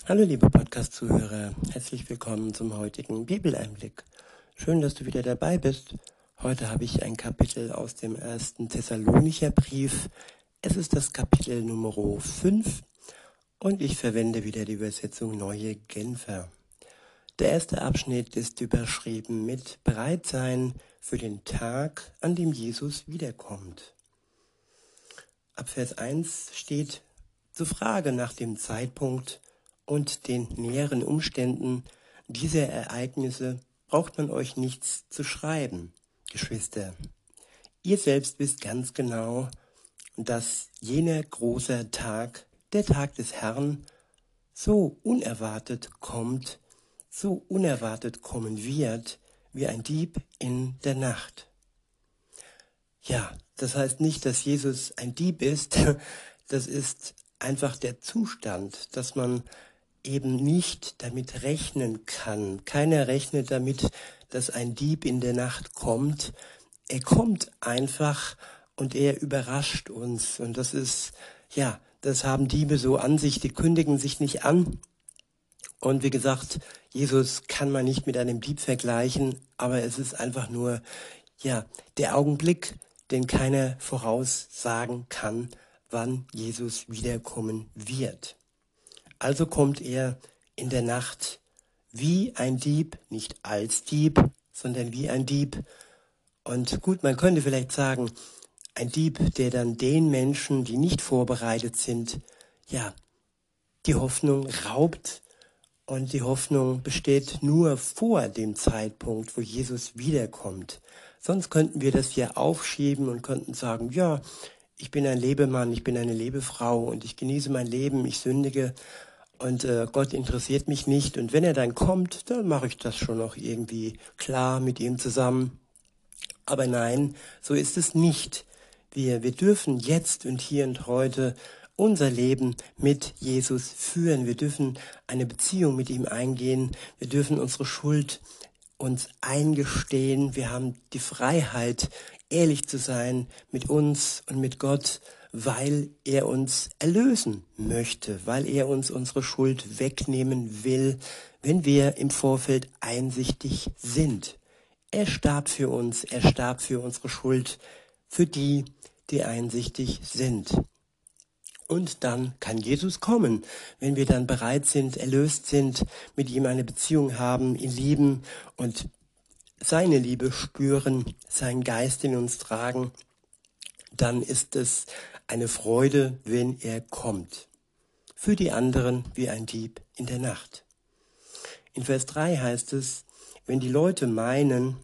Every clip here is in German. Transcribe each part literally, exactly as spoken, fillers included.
Hallo liebe Podcast-Zuhörer, herzlich willkommen zum heutigen Bibeleinblick. Schön, dass du wieder dabei bist. Heute habe ich ein Kapitel aus dem ersten Thessalonicher Brief. Es ist das Kapitel Nummer fünf und ich verwende wieder die Übersetzung Neue Genfer. Der erste Abschnitt ist überschrieben mit Bereitsein für den Tag, an dem Jesus wiederkommt. Ab Vers eins steht zur Frage nach dem Zeitpunkt und den näheren Umständen dieser Ereignisse braucht man euch nichts zu schreiben, Geschwister. Ihr selbst wisst ganz genau, dass jener große Tag, der Tag des Herrn, so unerwartet kommt, so unerwartet kommen wird, wie ein Dieb in der Nacht. Ja, das heißt nicht, dass Jesus ein Dieb ist, das ist einfach der Zustand, dass man eben nicht damit rechnen kann. Keiner rechnet damit, dass ein Dieb in der Nacht kommt. Er kommt einfach und er überrascht uns. Und das ist, ja, das haben Diebe so an sich, die kündigen sich nicht an. Und wie gesagt, Jesus kann man nicht mit einem Dieb vergleichen, aber es ist einfach nur, ja, der Augenblick, den keiner voraussagen kann, wann Jesus wiederkommen wird. Also kommt er in der Nacht wie ein Dieb, nicht als Dieb, sondern wie ein Dieb. Und gut, man könnte vielleicht sagen, ein Dieb, der dann den Menschen, die nicht vorbereitet sind, ja, die Hoffnung raubt. Und die Hoffnung besteht nur vor dem Zeitpunkt, wo Jesus wiederkommt. Sonst könnten wir das hier aufschieben und könnten sagen, ja, ich bin ein Lebemann, ich bin eine Lebefrau und ich genieße mein Leben, ich sündige und äh, Gott interessiert mich nicht. Und wenn er dann kommt, dann mache ich das schon noch irgendwie klar mit ihm zusammen. Aber nein, so ist es nicht. Wir, wir dürfen jetzt und hier und heute unser Leben mit Jesus führen. Wir dürfen eine Beziehung mit ihm eingehen. Wir dürfen unsere Schuld uns eingestehen. Wir haben die Freiheit, ehrlich zu sein mit uns und mit Gott, weil er uns erlösen möchte, weil er uns unsere Schuld wegnehmen will, wenn wir im Vorfeld einsichtig sind. Er starb für uns, er starb für unsere Schuld, für die, die einsichtig sind. Und dann kann Jesus kommen, wenn wir dann bereit sind, erlöst sind, mit ihm eine Beziehung haben, ihn lieben und seine Liebe spüren, seinen Geist in uns tragen, dann ist es eine Freude, wenn er kommt. Für die anderen wie ein Dieb in der Nacht. In Vers drei heißt es, wenn die Leute meinen,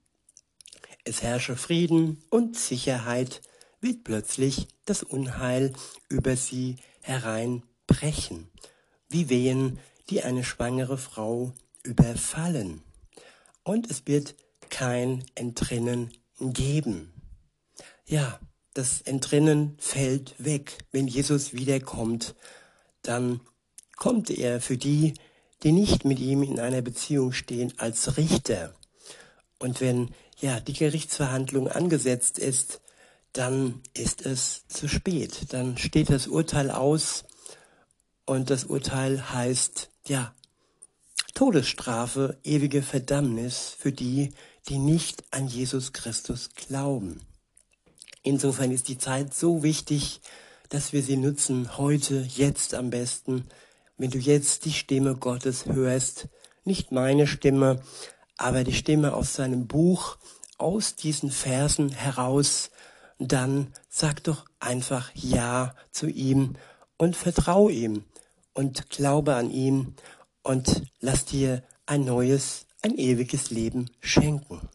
es herrsche Frieden und Sicherheit, wird plötzlich das Unheil über sie hereinbrechen, wie Wehen, die eine schwangere Frau überfallen. Und es wird kein Entrinnen geben. Ja, das Entrinnen fällt weg. Wenn Jesus wiederkommt, dann kommt er für die, die nicht mit ihm in einer Beziehung stehen, als Richter. Und wenn ja die Gerichtsverhandlung angesetzt ist, dann ist es zu spät. Dann steht das Urteil aus und das Urteil heißt, ja, Todesstrafe, ewige Verdammnis für die, die nicht an Jesus Christus glauben. Insofern ist die Zeit so wichtig, dass wir sie nutzen, heute, jetzt am besten. Wenn du jetzt die Stimme Gottes hörst, nicht meine Stimme, aber die Stimme aus seinem Buch, aus diesen Versen heraus, dann sag doch einfach Ja zu ihm und vertrau ihm und glaube an ihn und lass dir ein neues, ein ewiges Leben schenken.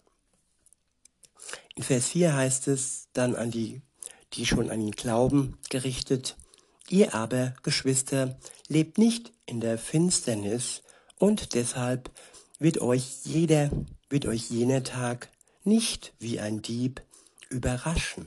In Vers vier heißt es dann an die, die schon an ihn glauben, gerichtet, ihr aber, Geschwister, lebt nicht in der Finsternis und deshalb wird euch jeder, wird euch jener Tag nicht wie ein Dieb überraschen.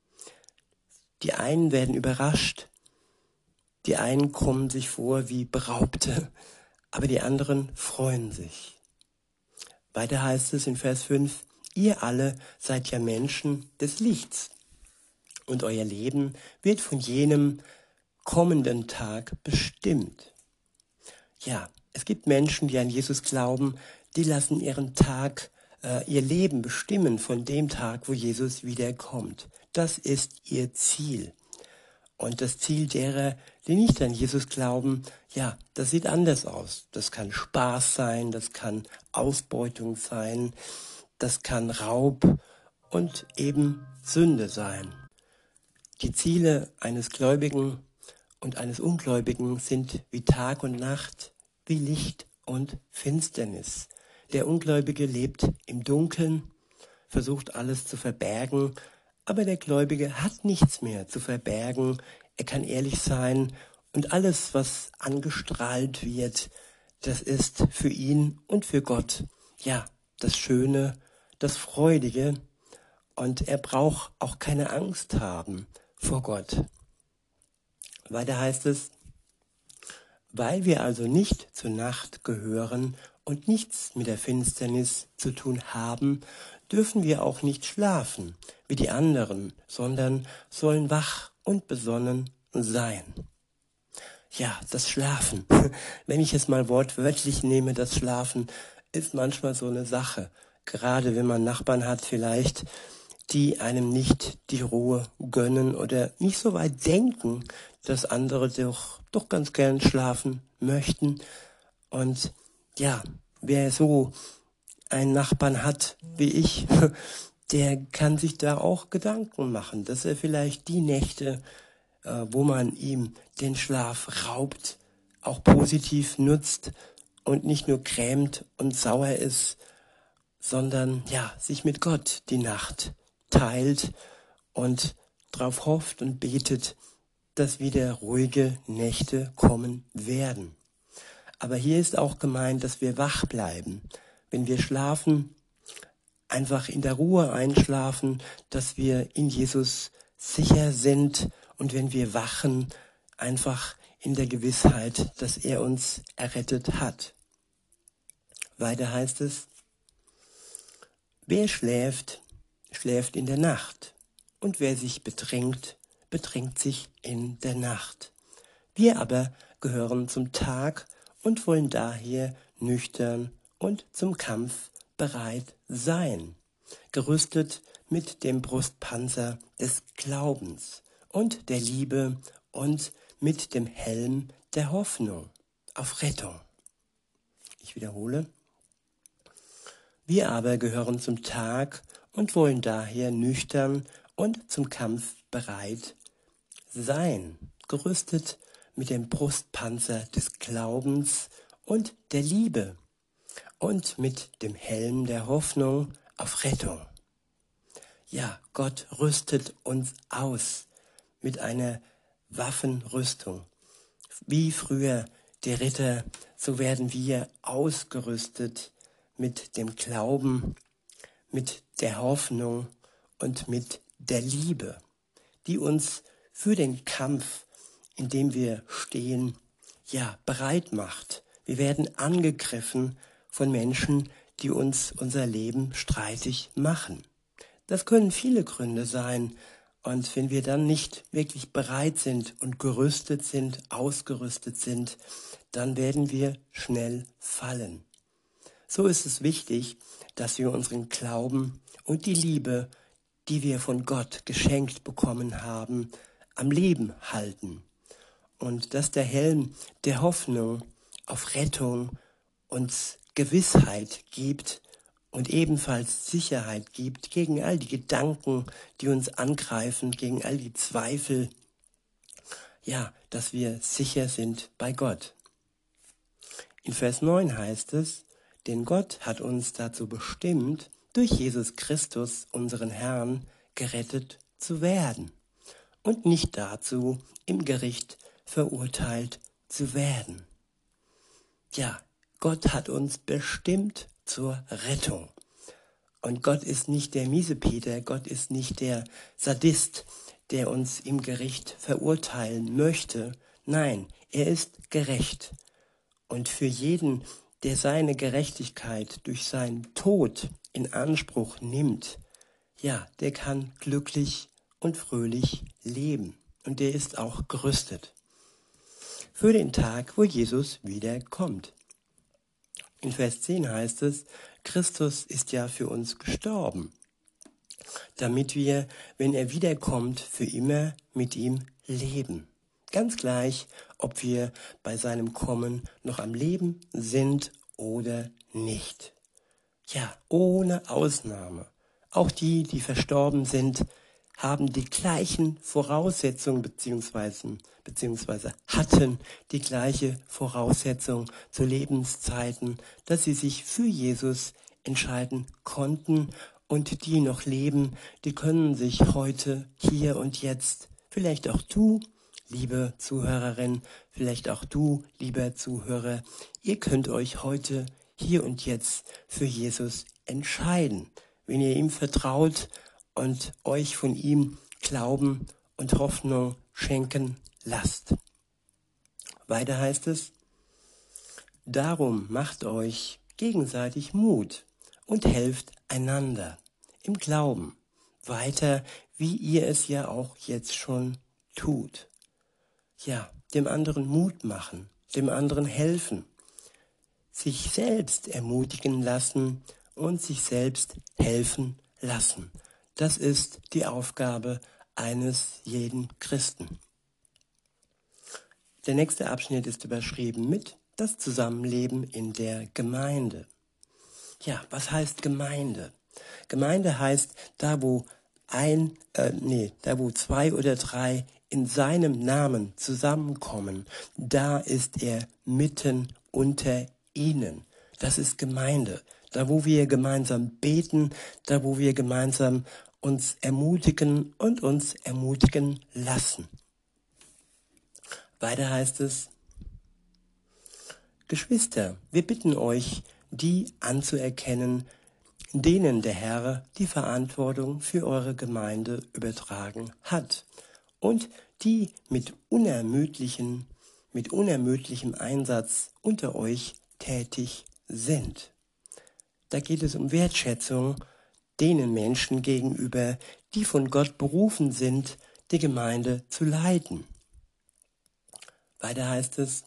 Die einen werden überrascht, die einen kommen sich vor wie Beraubte, aber die anderen freuen sich. Weiter heißt es in Vers fünf, ihr alle seid ja Menschen des Lichts und euer Leben wird von jenem kommenden Tag bestimmt. Ja, es gibt Menschen, die an Jesus glauben, die lassen ihren Tag, äh, ihr Leben bestimmen von dem Tag, wo Jesus wiederkommt. Das ist ihr Ziel. Und das Ziel derer, die nicht an Jesus glauben, ja, das sieht anders aus. Das kann Spaß sein, das kann Ausbeutung sein, das kann Raub und eben Sünde sein. Die Ziele eines Gläubigen und eines Ungläubigen sind wie Tag und Nacht, wie Licht und Finsternis. Der Ungläubige lebt im Dunkeln, versucht alles zu verbergen, aber der Gläubige hat nichts mehr zu verbergen. Er kann ehrlich sein und alles, was angestrahlt wird, das ist für ihn und für Gott, ja, das Schöne, das Freudige. Und er braucht auch keine Angst haben vor Gott. Weiter heißt es, weil wir also nicht zur Nacht gehören und nichts mit der Finsternis zu tun haben, dürfen wir auch nicht schlafen wie die anderen, sondern sollen wach und besonnen sein. Ja, das Schlafen. Wenn ich es mal wortwörtlich nehme, das Schlafen ist manchmal so eine Sache. Gerade wenn man Nachbarn hat vielleicht, die einem nicht die Ruhe gönnen oder nicht so weit denken, dass andere doch, doch ganz gern schlafen möchten. Und ja, wer so einen Nachbarn hat wie ich, der kann sich da auch Gedanken machen, dass er vielleicht die Nächte, äh, wo man ihm den Schlaf raubt, auch positiv nutzt und nicht nur grämt und sauer ist, sondern ja, sich mit Gott die Nacht teilt und darauf hofft und betet, dass wieder ruhige Nächte kommen werden. Aber hier ist auch gemeint, dass wir wach bleiben. Wenn wir schlafen, einfach in der Ruhe einschlafen, dass wir in Jesus sicher sind und wenn wir wachen, einfach in der Gewissheit, dass er uns errettet hat. Weiter heißt es, wer schläft, schläft in der Nacht und wer sich bedrängt, bedrängt sich in der Nacht. Wir aber gehören zum Tag und wollen daher nüchtern und zum Kampf bereit sein, gerüstet mit dem Brustpanzer des Glaubens und der Liebe und mit dem Helm der Hoffnung auf Rettung. Ich wiederhole. Wir aber gehören zum Tag und wollen daher nüchtern und zum Kampf bereit sein, gerüstet mit dem Brustpanzer des Glaubens und der Liebe und mit dem Helm der Hoffnung auf Rettung. Ja, Gott rüstet uns aus mit einer Waffenrüstung. Wie früher die Ritter, so werden wir ausgerüstet mit dem Glauben, mit der Hoffnung und mit der Liebe, die uns für den Kampf, in dem wir stehen, ja, bereit macht. Wir werden angegriffen von Menschen, die uns unser Leben streitig machen. Das können viele Gründe sein. Und wenn wir dann nicht wirklich bereit sind und gerüstet sind, ausgerüstet sind, dann werden wir schnell fallen. So ist es wichtig, dass wir unseren Glauben und die Liebe, die wir von Gott geschenkt bekommen haben, am Leben halten. Und dass der Helm der Hoffnung auf Rettung uns Gewissheit gibt und ebenfalls Sicherheit gibt gegen all die Gedanken, die uns angreifen, gegen all die Zweifel, ja, dass wir sicher sind bei Gott. In Vers neun heißt es, denn Gott hat uns dazu bestimmt, durch Jesus Christus, unseren Herrn, gerettet zu werden und nicht dazu, im Gericht verurteilt zu werden. Ja, Gott hat uns bestimmt zur Rettung. Und Gott ist nicht der Miesepeter, Gott ist nicht der Sadist, der uns im Gericht verurteilen möchte. Nein, er ist gerecht. Und für jeden, der seine Gerechtigkeit durch seinen Tod in Anspruch nimmt, ja, der kann glücklich und fröhlich leben. Und der ist auch gerüstet. für den Tag, wo Jesus wiederkommt. In Vers zehn heißt es, Christus ist ja für uns gestorben, damit wir, wenn er wiederkommt, für immer mit ihm leben. Ganz gleich, ob wir bei seinem Kommen noch am Leben sind oder nicht. Ja, ohne Ausnahme. Auch die, die verstorben sind, haben die gleichen Voraussetzungen beziehungsweise, beziehungsweise hatten die gleiche Voraussetzung zu Lebenszeiten, dass sie sich für Jesus entscheiden konnten, und die noch leben, die können sich heute, hier und jetzt, vielleicht auch du, liebe Zuhörerin, vielleicht auch du, lieber Zuhörer, ihr könnt euch heute, hier und jetzt für Jesus entscheiden, wenn ihr ihm vertraut und euch von ihm Glauben und Hoffnung schenken lasst. Weiter heißt es, darum macht euch gegenseitig Mut und helft einander im Glauben weiter, wie ihr es ja auch jetzt schon tut. Ja, dem anderen Mut machen, dem anderen helfen, sich selbst ermutigen lassen und sich selbst helfen lassen. Das ist die Aufgabe eines jeden Christen. Der nächste Abschnitt ist überschrieben mit das Zusammenleben in der Gemeinde. Ja, was heißt Gemeinde? Gemeinde heißt da, wo ein, äh, nee, da wo zwei oder drei in seinem Namen zusammenkommen, da ist er mitten unter ihnen. Das ist Gemeinde. Da, wo wir gemeinsam beten, da, wo wir gemeinsam uns ermutigen und uns ermutigen lassen. Weiter heißt es, Geschwister, wir bitten euch, die anzuerkennen, denen der Herr die Verantwortung für eure Gemeinde übertragen hat und die mit unermüdlichen, mit unermüdlichem Einsatz unter euch tätig sind. Da geht es um Wertschätzung denen Menschen gegenüber, die von Gott berufen sind, die Gemeinde zu leiten. Weiter heißt es,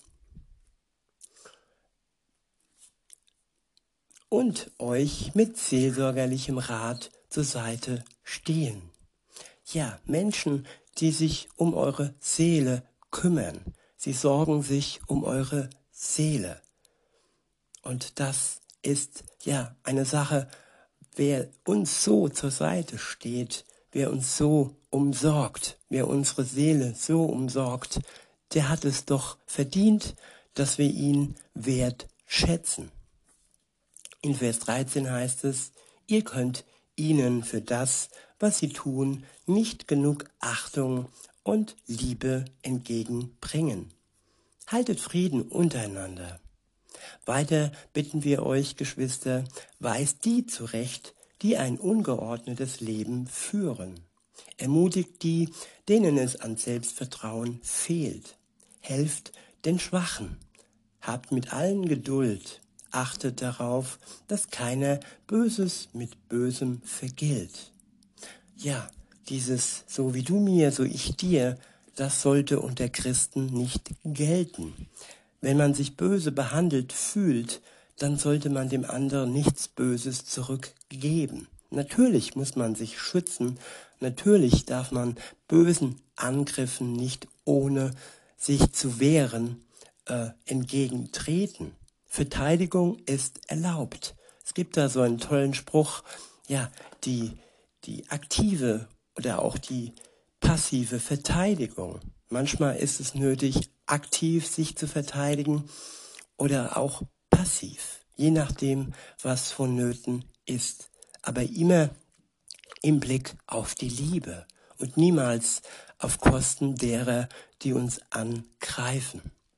und euch mit seelsorgerlichem Rat zur Seite stehen. Ja, Menschen, die sich um eure Seele kümmern. Sie sorgen sich um eure Seele. Und das ist ja eine Sache, wer uns so zur Seite steht, wer uns so umsorgt, wer unsere Seele so umsorgt, der hat es doch verdient, dass wir ihn wertschätzen. In Vers dreizehn heißt es, ihr könnt ihnen für das, was sie tun, nicht genug Achtung und Liebe entgegenbringen. Haltet Frieden untereinander. Weiter bitten wir euch, Geschwister, weist die zurecht, die ein ungeordnetes Leben führen. Ermutigt die, denen es an Selbstvertrauen fehlt. Helft den Schwachen. Habt mit allen Geduld. Achtet darauf, dass keiner Böses mit Bösem vergilt. Ja, dieses so wie du mir, so ich dir, das sollte unter Christen nicht gelten. Wenn man sich böse behandelt fühlt, dann sollte man dem anderen nichts Böses zurückgeben. Natürlich muss man sich schützen, natürlich darf man bösen Angriffen nicht ohne sich zu wehren äh, entgegentreten. Verteidigung ist erlaubt. Es gibt da so einen tollen Spruch, ja, die, die aktive oder auch die passive Verteidigung. Manchmal ist es nötig, aktiv sich zu verteidigen oder auch passiv, je nachdem, was vonnöten ist. Aber immer im Blick auf die Liebe und niemals auf Kosten derer, die uns angreifen.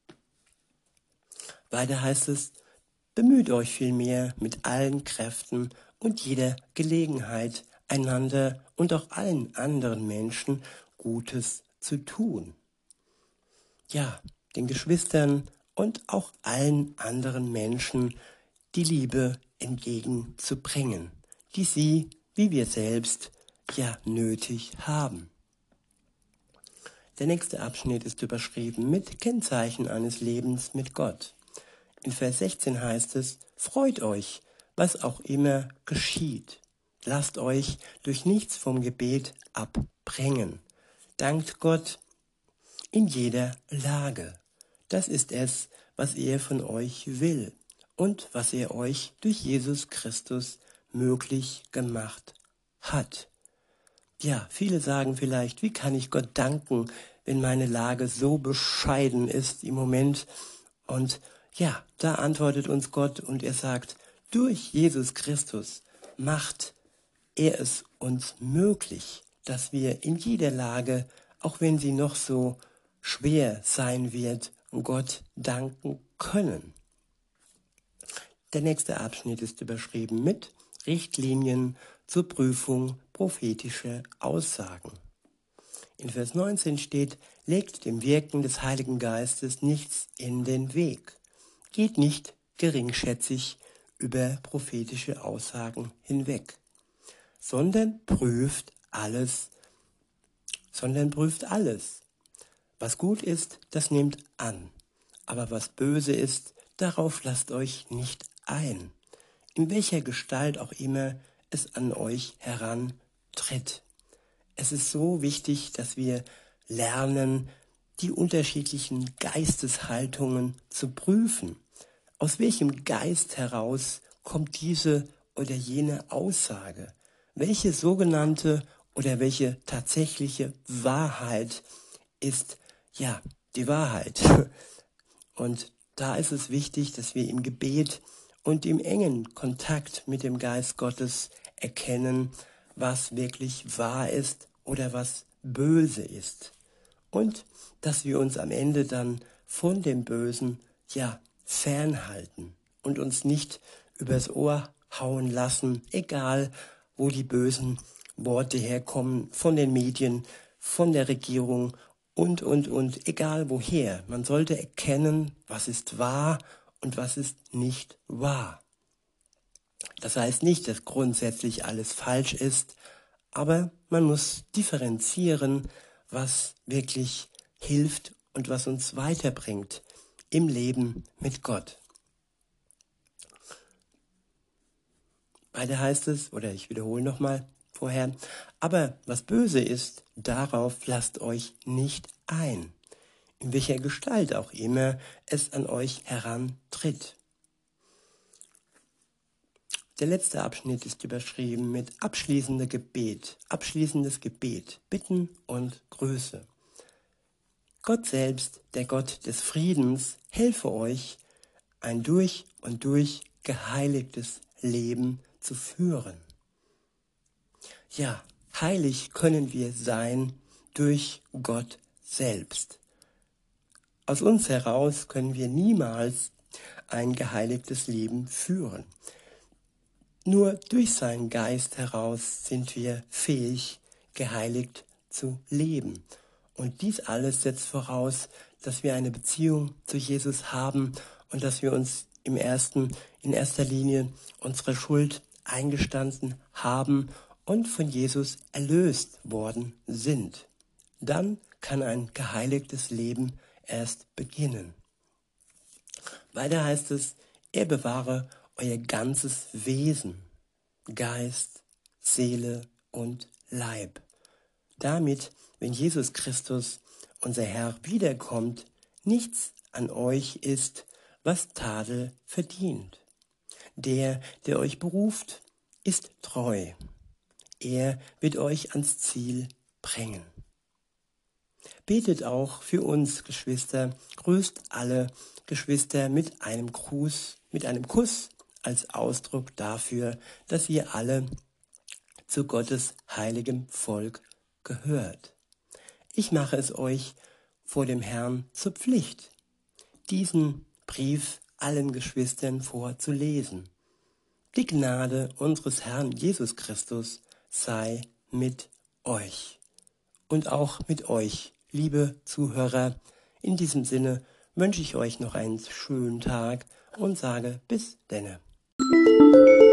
Weiter heißt es, bemüht euch vielmehr mit allen Kräften und jeder Gelegenheit, einander und auch allen anderen Menschen Gutes zu tun. Ja, den Geschwistern und auch allen anderen Menschen die Liebe entgegenzubringen, die sie, wie wir selbst, ja nötig haben. Der nächste Abschnitt ist überschrieben mit Kennzeichen eines Lebens mit Gott. In Vers sechzehn heißt es, freut euch, was auch immer geschieht. Lasst euch durch nichts vom Gebet abbringen. Dankt Gott in jeder Lage. Das ist es, was er von euch will und was er euch durch Jesus Christus möglich gemacht hat. Ja, viele sagen vielleicht, wie kann ich Gott danken, wenn meine Lage so bescheiden ist im Moment? Und ja, da antwortet uns Gott und er sagt, durch Jesus Christus macht er es uns möglich, dass wir in jeder Lage, auch wenn sie noch so schwer sein wird, Gott danken können. Der nächste Abschnitt ist überschrieben mit Richtlinien zur Prüfung prophetischer Aussagen. In Vers neunzehn steht, legt dem Wirken des Heiligen Geistes nichts in den Weg. Geht nicht geringschätzig über prophetische Aussagen hinweg, sondern prüft alles, sondern prüft alles. Was gut ist, das nehmt an, aber was böse ist, darauf lasst euch nicht ein, in welcher Gestalt auch immer es an euch herantritt. Es ist so wichtig, dass wir lernen, die unterschiedlichen Geisteshaltungen zu prüfen. Aus welchem Geist heraus kommt diese oder jene Aussage? Welche sogenannte oder welche tatsächliche Wahrheit ist, ja, die Wahrheit? Und da ist es wichtig, dass wir im Gebet und im engen Kontakt mit dem Geist Gottes erkennen, was wirklich wahr ist oder was böse ist. Und dass wir uns am Ende dann von dem Bösen, ja, fernhalten und uns nicht übers Ohr hauen lassen, egal wo die bösen Worte herkommen, von den Medien, von der Regierung und, und, und, egal woher. Man sollte erkennen, was ist wahr und was ist nicht wahr. Das heißt nicht, dass grundsätzlich alles falsch ist, aber man muss differenzieren, was wirklich hilft und was uns weiterbringt im Leben mit Gott. Weiter heißt es, oder ich wiederhole nochmal vorher, aber was böse ist, darauf lasst euch nicht ein, in welcher Gestalt auch immer es an euch herantritt. Der letzte Abschnitt ist überschrieben mit abschließender Gebet, abschließendes Gebet, Bitten und Grüße. Gott selbst, der Gott des Friedens, helfe euch, ein durch und durch geheiligtes Leben zu führen. Ja, heilig können wir sein durch Gott selbst. Aus uns heraus können wir niemals ein geheiligtes Leben führen. Nur durch seinen Geist heraus sind wir fähig, geheiligt zu leben. Und dies alles setzt voraus, dass wir eine Beziehung zu Jesus haben und dass wir uns im ersten, in erster Linie unsere Schuld eingestanden haben und von Jesus erlöst worden sind. Dann kann ein geheiligtes Leben erst beginnen. Weiter heißt es, er bewahre euer ganzes Wesen, Geist, Seele und Leib. Damit, wenn Jesus Christus, unser Herr, wiederkommt, nichts an euch ist, was Tadel verdient. Der, der euch beruft, ist treu. Er wird euch ans Ziel bringen. Betet auch für uns, Geschwister, grüßt alle Geschwister mit einem Gruß, mit einem Kuss als Ausdruck dafür, dass ihr alle zu Gottes heiligem Volk gehört. Ich mache es euch vor dem Herrn zur Pflicht, diesen Brief allen Geschwistern vorzulesen. Die Gnade unseres Herrn Jesus Christus sei mit euch und auch mit euch, liebe Zuhörer. In diesem Sinne wünsche ich euch noch einen schönen Tag und sage bis denne.